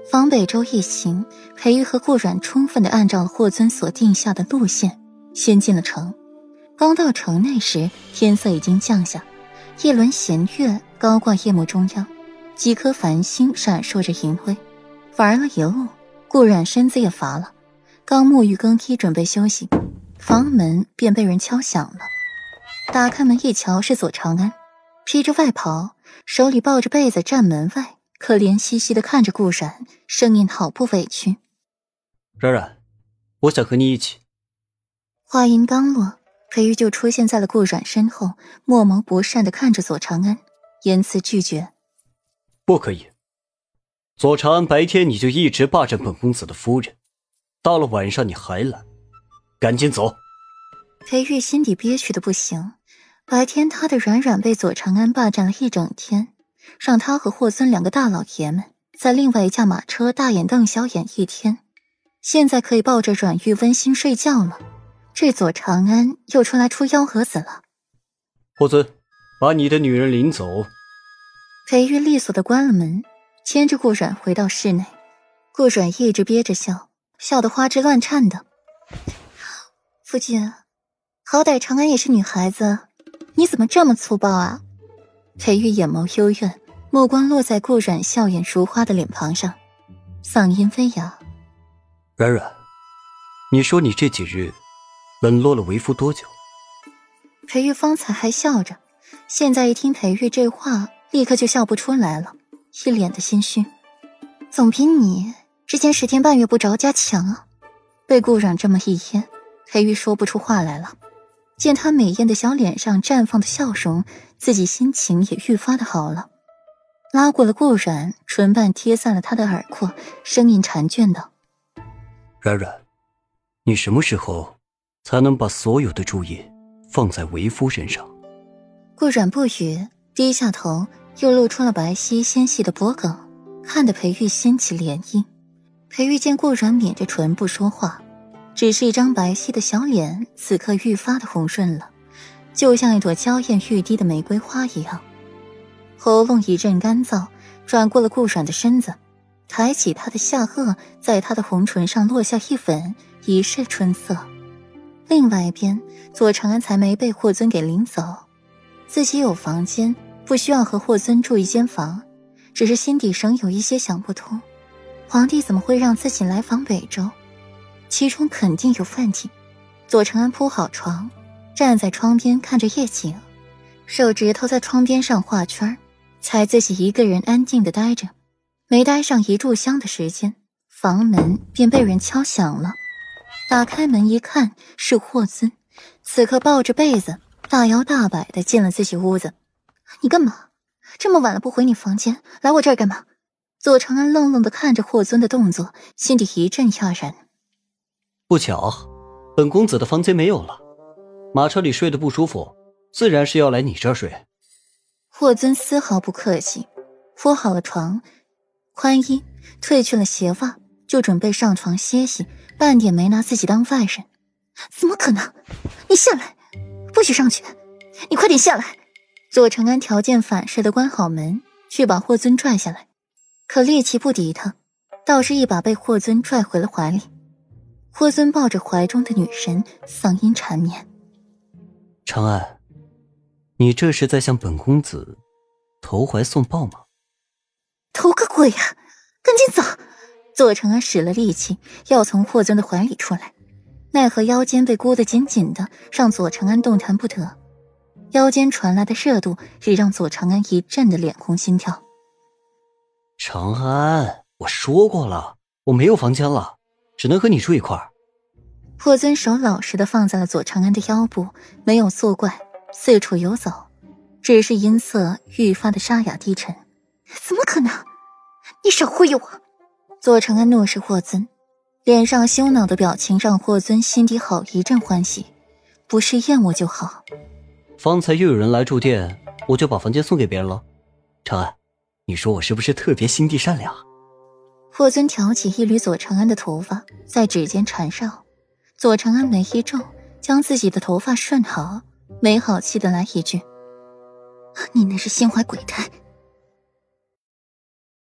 防北周一行，裴玉和顾阮充分地按照了霍尊所定下的路线，先进了城。刚到城内时，天色已经降下，一轮弦月高挂夜幕中央，几颗繁星闪烁着银辉。玩了一路，顾阮身子也乏了，刚沐浴更衣准备休息，房门便被人敲响了。打开门一瞧，是左长安，披着外袍，手里抱着被子站门外，可怜兮兮地看着顾阮，声音好不委屈。 冉冉，我想和你一起。 话音刚落，裴玉就出现在了顾阮身后，默谋不善地看着左长安，言辞拒绝。 不可以。左长安白天你就一直霸占本公子的夫人，到了晚上你还来，赶紧走。 裴玉心底憋屈的不行，白天他的冉冉被左长安霸占了一整天，让他和霍尊两个大老爷们在另外一架马车大眼瞪小眼一天，现在可以抱着阮玉温馨睡觉了，这左长安又出来出幺蛾子了。 霍尊，把你的女人领走。 裴玉利索地关了门，牵着顾阮回到室内。顾阮一直憋着笑，笑得花枝乱颤的。夫君，好歹长安也是女孩子，你怎么这么粗暴啊？裴玉眼眸幽怨，目光落在顾阮笑眼如花的脸庞上，嗓音飞扬。 冉冉，你说你这几日冷落了为夫多久？ 裴玉方才还笑着，现在一听裴玉这话，立刻就笑不出来了，一脸的心虚。总比你之前10天半月不着家强啊。被顾阮这么一噎，裴玉说不出话来了。见他美艳的小脸上绽放的笑容，自己心情也愈发的好了。拉过了顾阮，唇瓣贴散了他的耳廓，声音缠倦道： 冉冉，你什么时候才能把所有的注意放在为夫身上？ 顾阮不语，低下头，又露出了白皙纤细的脖颈，看得裴玉掀起涟漪。裴玉见顾阮抿着唇不说话，只是一张白皙的小脸，此刻愈发的红润了，就像一朵娇艳欲滴的玫瑰花一样。喉咙一阵干燥，转过了顾阮的身子，抬起他的下颚，在他的红唇上落下一吻，一世春色。另外一边，左长安才没被霍尊给领走，自己有房间，不需要和霍尊住一间房，只是心底仍有一些想不通，皇帝怎么会让自己来访北周？其中肯定有问题。左长安铺好床，站在窗边看着夜景，手指头在窗边上画圈，才自己一个人安静地待着。没待上一炷香的时间，房门便被人敲响了。打开门一看，是霍尊，此刻抱着被子，大摇大摆地进了自己屋子。你干嘛？这么晚了不回你房间，来我这儿干嘛？左长安愣愣地看着霍尊的动作，心底一阵讶然。 不巧，本公子的房间没有了，马车里睡得不舒服，自然是要来你这儿睡。 霍尊丝毫不客气，铺好了床，宽衣，褪去了鞋袜，就准备上床歇息，半点没拿自己当外人。怎么可能？你下来，不许上去，你快点下来。左长安条件反射地关好门，去把霍尊拽下来，可力气不敌他，倒是一把被霍尊拽回了怀里。霍尊抱着怀中的女神，嗓音缠绵： 长安，你这是在向本公子投怀送抱吗？ 投个鬼啊，赶紧走。左长安使了力气要从霍尊的怀里出来，奈何腰间被箍得紧紧的，让左长安动弹不得。腰间传来的热度也让左长安一阵的脸红心跳。 长安，我说过了，我没有房间了，只能和你住一块儿。 霍尊手老实地放在了左长安的腰部，没有作怪，四处游走，只是音色愈发的沙哑低沉。怎么可能？你少忽悠我！左长安怒视霍尊，脸上羞恼的表情让霍尊心底好一阵欢喜，不是厌恶就好。 方才又有人来住店，我就把房间送给别人了。长安，你说我是不是特别心地善良？ 霍尊挑起一缕左长安的头发，在指尖缠绕。左长安眉一皱，将自己的头发顺好，没好气的来一句：你那是心怀鬼胎。